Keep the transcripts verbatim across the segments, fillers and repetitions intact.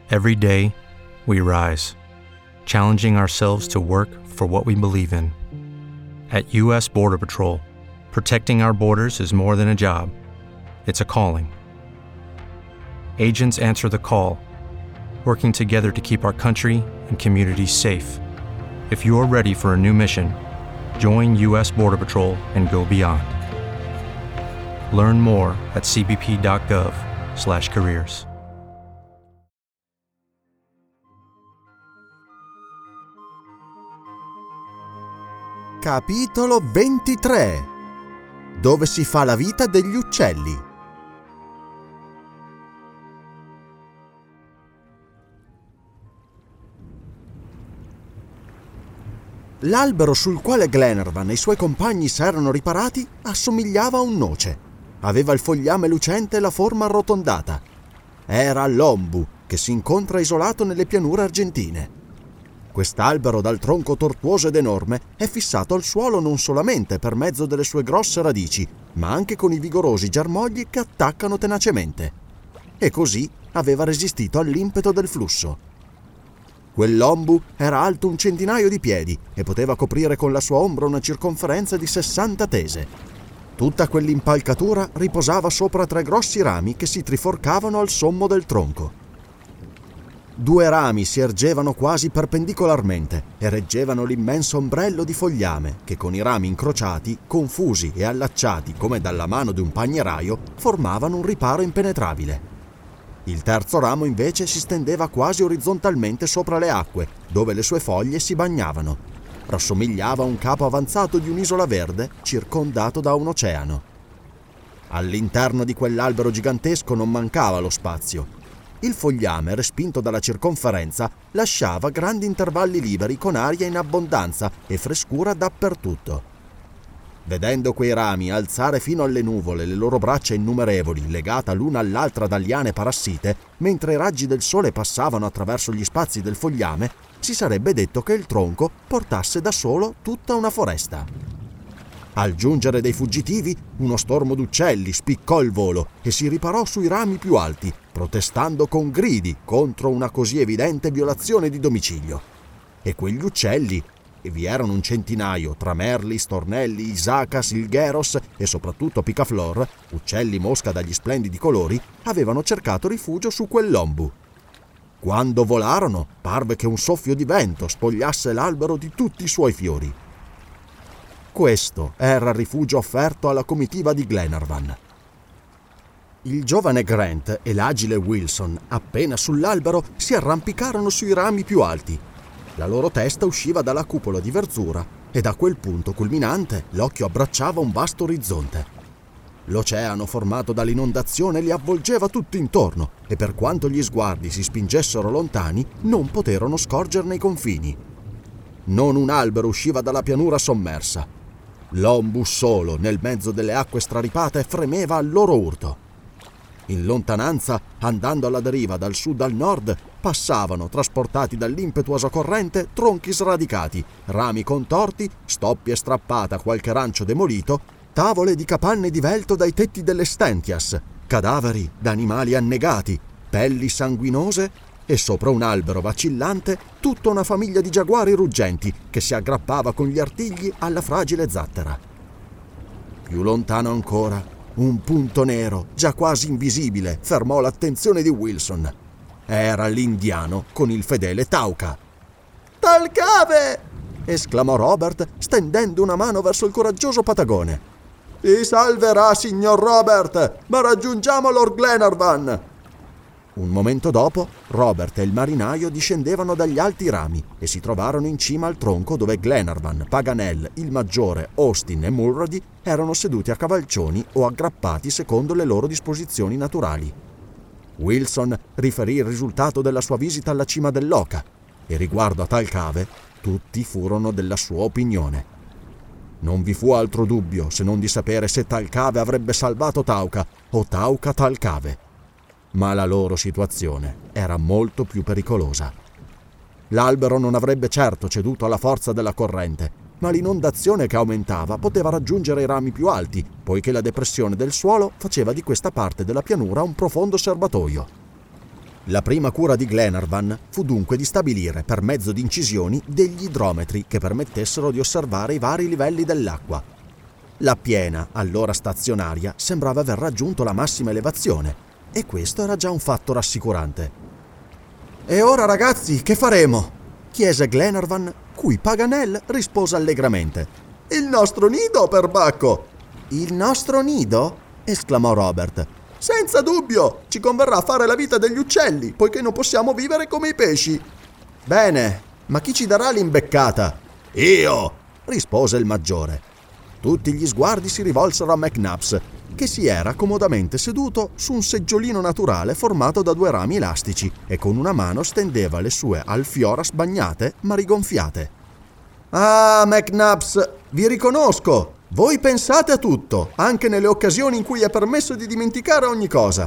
Every day, we rise, challenging ourselves to work for what we believe in. At U S Border Patrol, protecting our borders is more than a job. It's a calling. Agents answer the call, working together to keep our country and communities safe. If you are ready for a new mission, join U S Border Patrol and go beyond. Learn more at c b p dot gov slash careers. Capitolo ventitré. Dove si fa la vita degli uccelli. L'albero sul quale Glenarvan e i suoi compagni s'erano riparati assomigliava a un noce. Aveva il fogliame lucente e la forma arrotondata. Era l'ombu, che si incontra isolato nelle pianure argentine. Quest'albero dal tronco tortuoso ed enorme è fissato al suolo non solamente per mezzo delle sue grosse radici, ma anche con i vigorosi germogli che attaccano tenacemente. E così aveva resistito all'impeto del flusso. Quell'ombu era alto un centinaio di piedi e poteva coprire con la sua ombra una circonferenza di sessanta tese. Tutta quell'impalcatura riposava sopra tre grossi rami che si triforcavano al sommo del tronco. Due rami si ergevano quasi perpendicolarmente e reggevano l'immenso ombrello di fogliame che con i rami incrociati, confusi e allacciati come dalla mano di un pagneraio, formavano un riparo impenetrabile. Il terzo ramo invece si stendeva quasi orizzontalmente sopra le acque, dove le sue foglie si bagnavano. Rassomigliava a un capo avanzato di un'isola verde circondato da un oceano. All'interno di quell'albero gigantesco non mancava lo spazio. Il fogliame, respinto dalla circonferenza, lasciava grandi intervalli liberi con aria in abbondanza e frescura dappertutto. Vedendo quei rami alzare fino alle nuvole le loro braccia innumerevoli, legate l'una all'altra da liane parassite, mentre i raggi del sole passavano attraverso gli spazi del fogliame, si sarebbe detto che il tronco portasse da solo tutta una foresta. Al giungere dei fuggitivi, uno stormo d'uccelli spiccò il volo e si riparò sui rami più alti, protestando con gridi contro una così evidente violazione di domicilio. E quegli uccelli, e vi erano un centinaio tra merli, stornelli, isacas, ilgheros e soprattutto picaflor, uccelli mosca dagli splendidi colori, avevano cercato rifugio su quell'ombu. Quando volarono, parve che un soffio di vento spogliasse l'albero di tutti i suoi fiori. Questo era il rifugio offerto alla comitiva di Glenarvan. Il giovane Grant e l'agile Wilson, appena sull'albero, si arrampicarono sui rami più alti. La loro testa usciva dalla cupola di verzura e da quel punto culminante l'occhio abbracciava un vasto orizzonte. L'oceano formato dall'inondazione li avvolgeva tutto intorno e per quanto gli sguardi si spingessero lontani non poterono scorgerne i confini. Non un albero usciva dalla pianura sommersa. L'ombu solo, nel mezzo delle acque straripate, fremeva al loro urto. In lontananza, andando alla deriva dal sud al nord, passavano, trasportati dall'impetuosa corrente, tronchi sradicati, rami contorti, stoppie strappate a qualche rancio demolito, tavole di capanne di velto dai tetti delle stentias, cadaveri d'animali annegati, pelli sanguinose e sopra un albero vacillante tutta una famiglia di giaguari ruggenti che si aggrappava con gli artigli alla fragile zattera. Più lontano ancora, un punto nero, già quasi invisibile, fermò l'attenzione di Wilson. Era l'indiano con il fedele Tauca. «Thalcave!» esclamò Robert, stendendo una mano verso il coraggioso patagone. «Si salverà, signor Robert, ma raggiungiamo Lord Glenarvan!» Un momento dopo, Robert e il marinaio discendevano dagli alti rami e si trovarono in cima al tronco dove Glenarvan, Paganel, il maggiore, Austin e Mulrady erano seduti a cavalcioni o aggrappati secondo le loro disposizioni naturali. Wilson riferì il risultato della sua visita alla cima dell'oca e riguardo a Thalcave tutti furono della sua opinione. Non vi fu altro dubbio se non di sapere se Thalcave avrebbe salvato Tauca o Tauca Thalcave. Ma la loro situazione era molto più pericolosa. L'albero non avrebbe certo ceduto alla forza della corrente, ma l'inondazione che aumentava poteva raggiungere i rami più alti, poiché la depressione del suolo faceva di questa parte della pianura un profondo serbatoio. La prima cura di Glenarvan fu dunque di stabilire per mezzo di incisioni degli idrometri che permettessero di osservare i vari livelli dell'acqua. La piena, allora stazionaria, sembrava aver raggiunto la massima elevazione e questo era già un fatto rassicurante. «E ora, ragazzi, che faremo?» chiese Glenarvan, cui Paganel rispose allegramente. «Il nostro nido, perbacco!» «Il nostro nido?» esclamò Robert. «Senza dubbio! Ci converrà fare la vita degli uccelli, poiché non possiamo vivere come i pesci!» «Bene, ma chi ci darà l'imbeccata?» «Io!» rispose il maggiore. Tutti gli sguardi si rivolsero a McNabbs, che si era comodamente seduto su un seggiolino naturale formato da due rami elastici e con una mano stendeva le sue alfiora sbagnate ma rigonfiate. «Ah, McNabbs, vi riconosco! Voi pensate a tutto, anche nelle occasioni in cui è permesso di dimenticare ogni cosa!»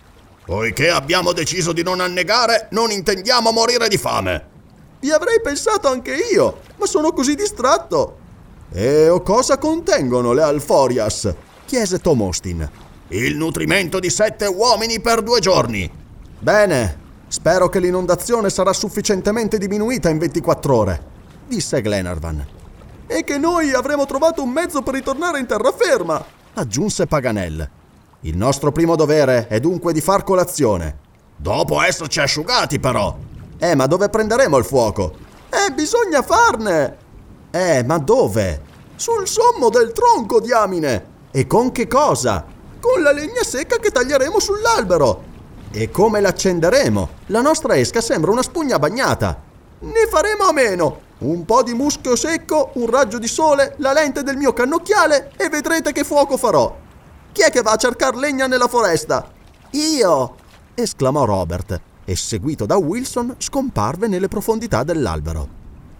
«Poiché abbiamo deciso di non annegare, non intendiamo morire di fame!» «Vi avrei pensato anche io, ma sono così distratto!» «E o cosa contengono le alforias?» chiese Tom Austin. «Il nutrimento di sette uomini per due giorni!» «Bene, spero che l'inondazione sarà sufficientemente diminuita in ventiquattro ore», disse Glenarvan. «E che noi avremo trovato un mezzo per ritornare in terraferma», aggiunse Paganel. «Il nostro primo dovere è dunque di far colazione». «Dopo esserci asciugati, però!» «Eh, ma dove prenderemo il fuoco?» «Eh, bisogna farne!» «Eh, ma dove?» «Sul sommo del tronco, diamine!» «E con che cosa?» «Con la legna secca che taglieremo sull'albero!» «E come l'accenderemo? La nostra esca sembra una spugna bagnata!» «Ne faremo a meno! Un po' di muschio secco, un raggio di sole, la lente del mio cannocchiale e vedrete che fuoco farò!» «Chi è che va a cercar legna nella foresta?» «Io!» esclamò Robert e, seguito da Wilson, scomparve nelle profondità dell'albero.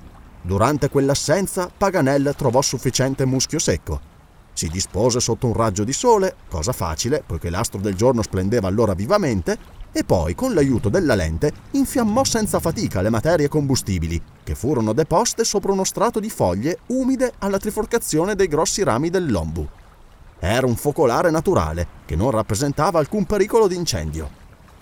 Durante quell'assenza, Paganel trovò sufficiente muschio secco. Si dispose sotto un raggio di sole, cosa facile, poiché l'astro del giorno splendeva allora vivamente, e poi, con l'aiuto della lente, infiammò senza fatica le materie combustibili, che furono deposte sopra uno strato di foglie umide alla triforcazione dei grossi rami dell'ombu. Era un focolare naturale, che non rappresentava alcun pericolo di incendio.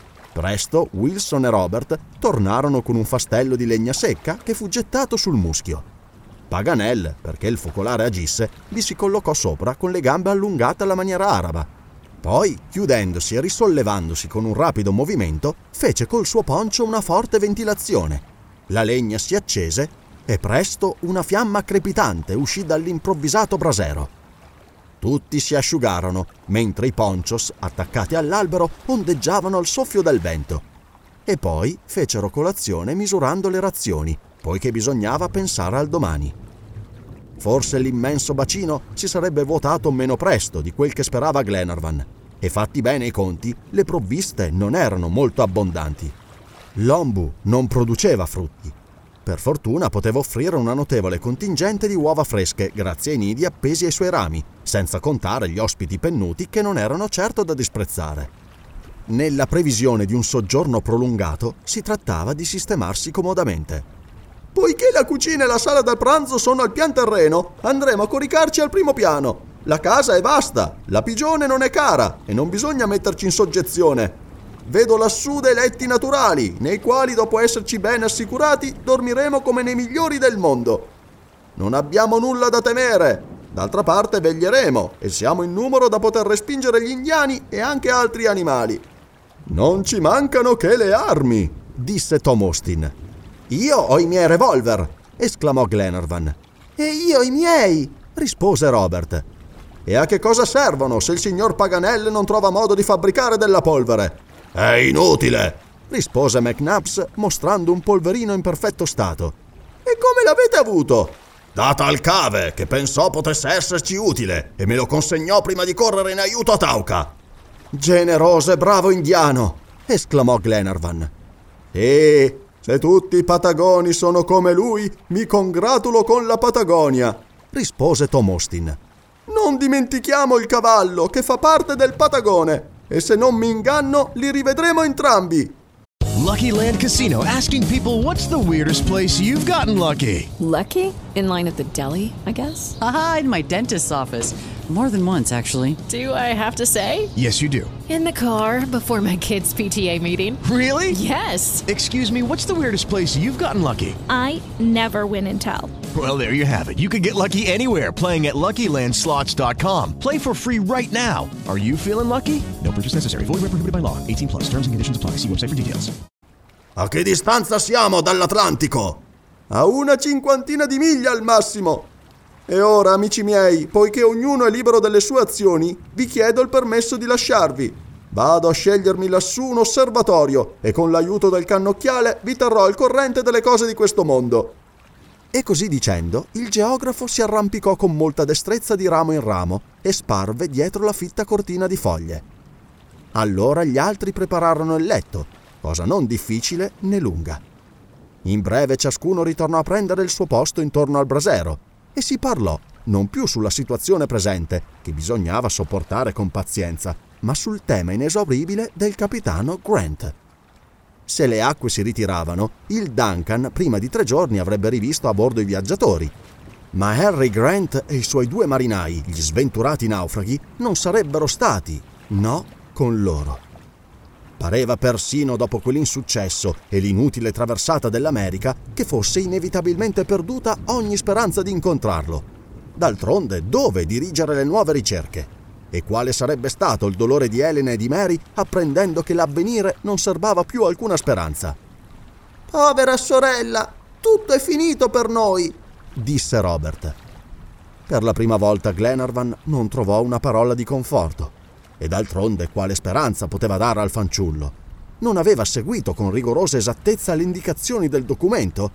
Presto Wilson e Robert tornarono con un fastello di legna secca che fu gettato sul muschio. Paganel, perché il focolare agisse, vi si collocò sopra con le gambe allungate alla maniera araba. Poi, chiudendosi e risollevandosi con un rapido movimento, fece col suo poncio una forte ventilazione. La legna si accese e presto una fiamma crepitante uscì dall'improvvisato brasero. Tutti si asciugarono, mentre i ponchos, attaccati all'albero, ondeggiavano al soffio del vento. E poi fecero colazione misurando le razioni, poiché bisognava pensare al domani. Forse l'immenso bacino si sarebbe vuotato meno presto di quel che sperava Glenarvan, e fatti bene i conti, le provviste non erano molto abbondanti. L'ombu non produceva frutti. Per fortuna poteva offrire una notevole contingente di uova fresche grazie ai nidi appesi ai suoi rami, senza contare gli ospiti pennuti che non erano certo da disprezzare. Nella previsione di un soggiorno prolungato si trattava di sistemarsi comodamente. «Poiché la cucina e la sala da pranzo sono al pian terreno, andremo a coricarci al primo piano. La casa è vasta, la pigione non è cara e non bisogna metterci in soggezione. Vedo lassù dei letti naturali, nei quali, dopo esserci ben assicurati, dormiremo come nei migliori del mondo. Non abbiamo nulla da temere. D'altra parte veglieremo e siamo in numero da poter respingere gli indiani e anche altri animali». «Non ci mancano che le armi», disse Tom Austin. «Io ho i miei revolver», esclamò Glenarvan. «E io i miei», rispose Robert. «E a che cosa servono se il signor Paganel non trova modo di fabbricare della polvere?» «È inutile», rispose McNabbs, mostrando un polverino in perfetto stato. «E come l'avete avuto?» «Data al cave, che pensò potesse esserci utile, e me lo consegnò prima di correre in aiuto a Tauca». «Generoso e bravo indiano», esclamò Glenarvan. «E se tutti i patagoni sono come lui, mi congratulo con la Patagonia», rispose Tom Austin. «Non dimentichiamo il cavallo, che fa parte del Patagone, e se non mi inganno li rivedremo entrambi». Lucky Land Casino, asking people, what's the weirdest place you've gotten lucky? Lucky? In line at the deli, I guess? Aha, in my dentist's office. More than once, actually. Do I have to say? Yes, you do. In the car before my kids' P T A meeting. Really? Yes. Excuse me, what's the weirdest place you've gotten lucky? I never win and tell. Well, there you have it. You can get lucky anywhere, playing at Lucky Land Slots dot com. Play for free right now. Are you feeling lucky? No purchase necessary. Void where prohibited by law. eighteen plus. Terms and conditions apply. See website for details. A che distanza siamo dall'Atlantico? A una cinquantina di miglia al massimo. E ora, amici miei, poiché ognuno è libero delle sue azioni, vi chiedo il permesso di lasciarvi. Vado a scegliermi lassù un osservatorio e con l'aiuto del cannocchiale vi terrò al corrente delle cose di questo mondo. E così dicendo, il geografo si arrampicò con molta destrezza di ramo in ramo e sparve dietro la fitta cortina di foglie. Allora gli altri prepararono il letto, cosa non difficile né lunga. In breve ciascuno ritornò a prendere il suo posto intorno al brasero e si parlò non più sulla situazione presente, che bisognava sopportare con pazienza, ma sul tema inesauribile del capitano Grant. Se le acque si ritiravano, il Duncan prima di tre giorni avrebbe rivisto a bordo i viaggiatori. Ma Harry Grant e i suoi due marinai, gli sventurati naufraghi, non sarebbero stati, no, con loro. Pareva persino dopo quell'insuccesso e l'inutile traversata dell'America che fosse inevitabilmente perduta ogni speranza di incontrarlo. D'altronde, dove dirigere le nuove ricerche? E quale sarebbe stato il dolore di Elena e di Mary apprendendo che l'avvenire non serbava più alcuna speranza? «Povera sorella, tutto è finito per noi», disse Robert. Per la prima volta Glenarvan non trovò una parola di conforto. E d'altronde quale speranza poteva dare al fanciullo? Non aveva seguito con rigorosa esattezza le indicazioni del documento?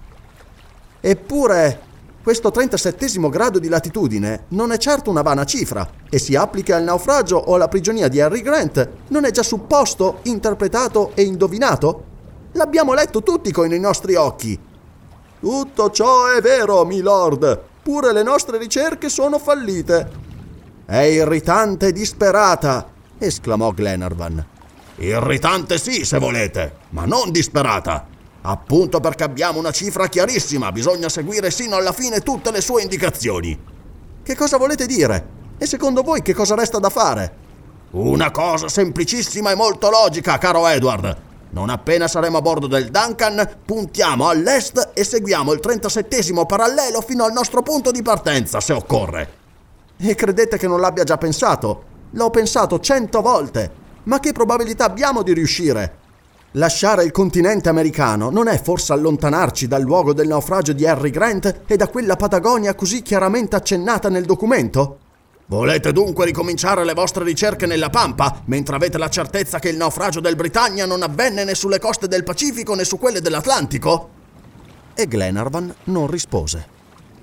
Eppure, questo trentasettesimo grado di latitudine non è certo una vana cifra, e si applica al naufragio o alla prigionia di Harry Grant, non è già supposto, interpretato e indovinato? L'abbiamo letto tutti con i nostri occhi. Tutto ciò è vero, milord, pure le nostre ricerche sono fallite. È irritante e disperata, esclamò Glenarvan. Irritante sì, se volete, ma non disperata. Appunto perché abbiamo una cifra chiarissima, bisogna seguire sino alla fine tutte le sue indicazioni. Che cosa volete dire? E secondo voi che cosa resta da fare? Una cosa semplicissima e molto logica, caro Edward. Non appena saremo a bordo del Duncan, puntiamo all'est e seguiamo il trentasettesimo parallelo fino al nostro punto di partenza, se occorre. E credete che non l'abbia già pensato? L'ho pensato cento volte. Ma che probabilità abbiamo di riuscire? Lasciare il continente americano non è forse allontanarci dal luogo del naufragio di Harry Grant e da quella Patagonia così chiaramente accennata nel documento? Volete dunque ricominciare le vostre ricerche nella Pampa, mentre avete la certezza che il naufragio del Britannia non avvenne né sulle coste del Pacifico né su quelle dell'Atlantico? E Glenarvan non rispose.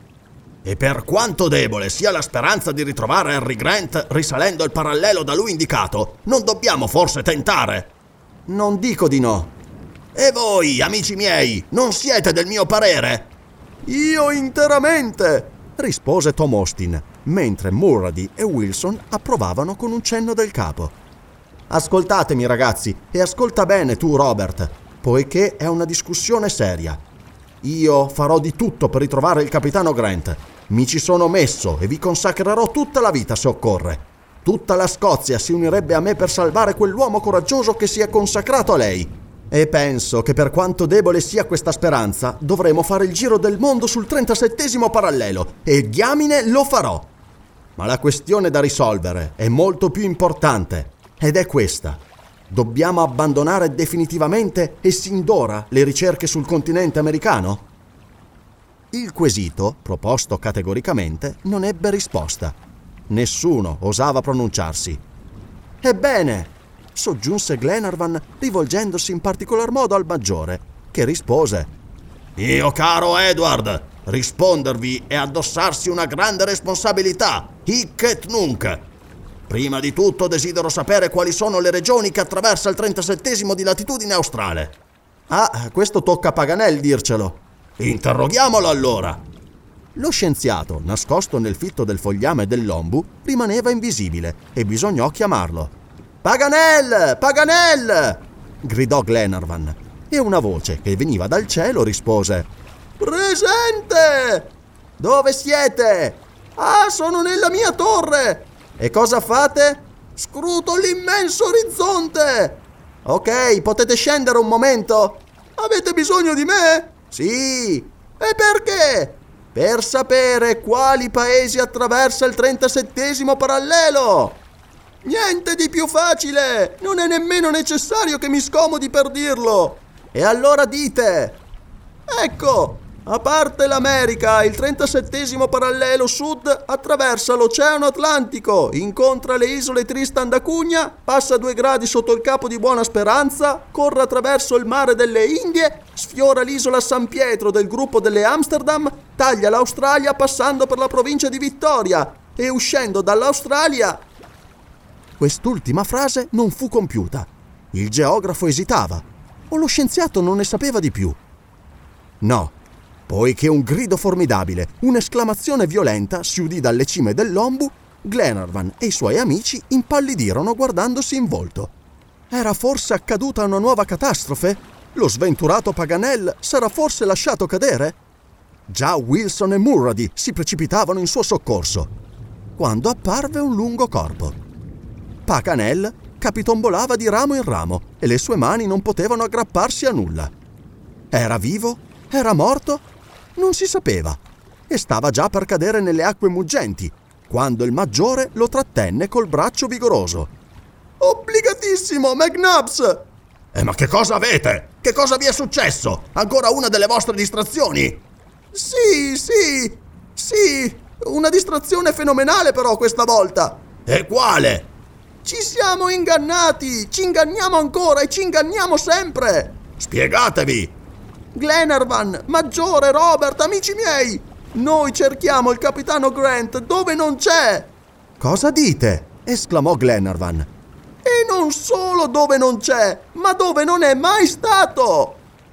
E per quanto debole sia la speranza di ritrovare Harry Grant risalendo il parallelo da lui indicato, non dobbiamo forse tentare? Non dico di no. E voi, amici miei, non siete del mio parere? Io interamente, rispose Tom Austin, mentre Mulrady e Wilson approvavano con un cenno del capo. Ascoltatemi, ragazzi, e ascolta bene tu, Robert, poiché è una discussione seria. Io farò di tutto per ritrovare il capitano Grant. Mi ci sono messo e vi consacrerò tutta la vita se occorre. Tutta la Scozia si unirebbe a me per salvare quell'uomo coraggioso che si è consacrato a lei. E penso che per quanto debole sia questa speranza, dovremo fare il giro del mondo sul trentasettesimo parallelo e diamine lo farò. Ma la questione da risolvere è molto più importante ed è questa. Dobbiamo abbandonare definitivamente e sin d'ora le ricerche sul continente americano? Il quesito, proposto categoricamente, non ebbe risposta. Nessuno osava pronunciarsi. Ebbene, soggiunse Glenarvan rivolgendosi in particolar modo al maggiore, che rispose: Io, caro Edward, rispondervi è addossarsi una grande responsabilità, hic et nunc. Prima di tutto desidero sapere quali sono le regioni che attraversa il trentasettesimo di latitudine australe. Ah, questo tocca a Paganel dircelo. Interroghiamolo allora. Lo scienziato, nascosto nel fitto del fogliame dell'ombu, rimaneva invisibile e bisognò chiamarlo. Paganel! Paganel! Gridò Glenarvan. e una voce che veniva dal cielo rispose: «Presente! Dove siete? Ah, sono nella mia torre! E cosa fate? Scruto l'immenso orizzonte! Ok, potete scendere un momento? Avete bisogno di me? Sì! E perché? Per sapere quali paesi attraversa il trentasettesimo parallelo! Niente di più facile! Non è nemmeno necessario che mi scomodi per dirlo! E allora dite: ecco, a parte l'America, il trentasettesimo parallelo sud attraversa l'Oceano Atlantico, incontra le isole Tristan da Cunha, passa due gradi sotto il Capo di Buona Speranza, corre attraverso il mare delle Indie, sfiora l'isola San Pietro del gruppo delle Amsterdam, taglia l'Australia passando per la provincia di Vittoria e uscendo dall'Australia». Quest'ultima frase non fu compiuta. Il geografo esitava, o lo scienziato non ne sapeva di più. No, poiché un grido formidabile, un'esclamazione violenta si udì dalle cime dell'Ombu, Glenarvan e i suoi amici impallidirono guardandosi in volto. Era forse accaduta una nuova catastrofe? Lo sventurato Paganel s'era forse lasciato cadere? Già Wilson e Mulrady si precipitavano in suo soccorso, quando apparve un lungo corpo. Paganel capitombolava di ramo in ramo e le sue mani non potevano aggrapparsi a nulla. Era vivo? Era morto? Non si sapeva, e stava già per cadere nelle acque muggenti, quando il maggiore lo trattenne col braccio vigoroso. «Obbligatissimo, McNabbs!» «Eh, ma che cosa avete? Che cosa vi è successo? Ancora una delle vostre distrazioni?» «Sì, sì, sì, una distrazione fenomenale però questa volta!» «E quale?» «Ci siamo ingannati! Ci inganniamo ancora e ci inganniamo sempre!» «Spiegatevi!» «Glenarvan, Maggiore, Robert, amici miei! Noi cerchiamo il capitano Grant dove non c'è!» «Cosa dite?» esclamò Glenarvan. «E non solo dove non c'è, ma dove non è mai stato!»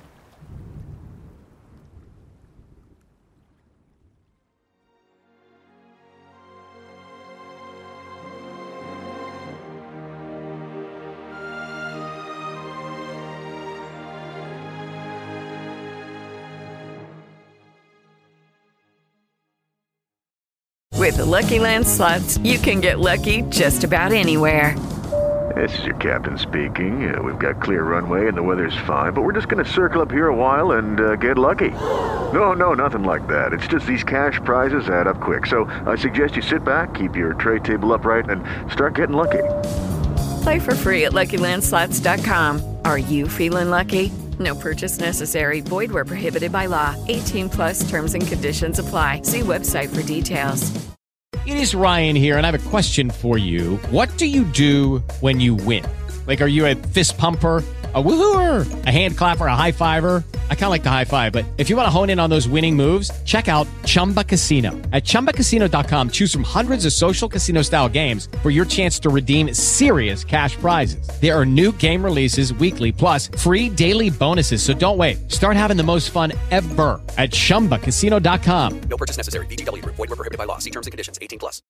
With the Lucky Land Slots, you can get lucky just about anywhere. This is your captain speaking. Uh, we've got clear runway and the weather's fine, but we're just going to circle up here a while and uh, get lucky. No, no, nothing like that. It's just these cash prizes add up quick. So I suggest you sit back, keep your tray table upright, and start getting lucky. Play for free at Lucky Land Slots dot com. Are you feeling lucky? No purchase necessary. Void where prohibited by law. eighteen plus terms and conditions apply. See website for details. It is Ryan here, and I have a question for you. What do you do when you win? Like, are you a fist pumper, a woohooer, a hand clapper, a high fiver? I kind of like the high five, but if you want to hone in on those winning moves, check out Chumba Casino. At Chumba Casino dot com, choose from hundreds of social casino-style games for your chance to redeem serious cash prizes. There are new game releases weekly, plus free daily bonuses, so don't wait. Start having the most fun ever at Chumba Casino dot com. No purchase necessary. V G W. Void where prohibited by law. See terms and conditions. eighteen plus.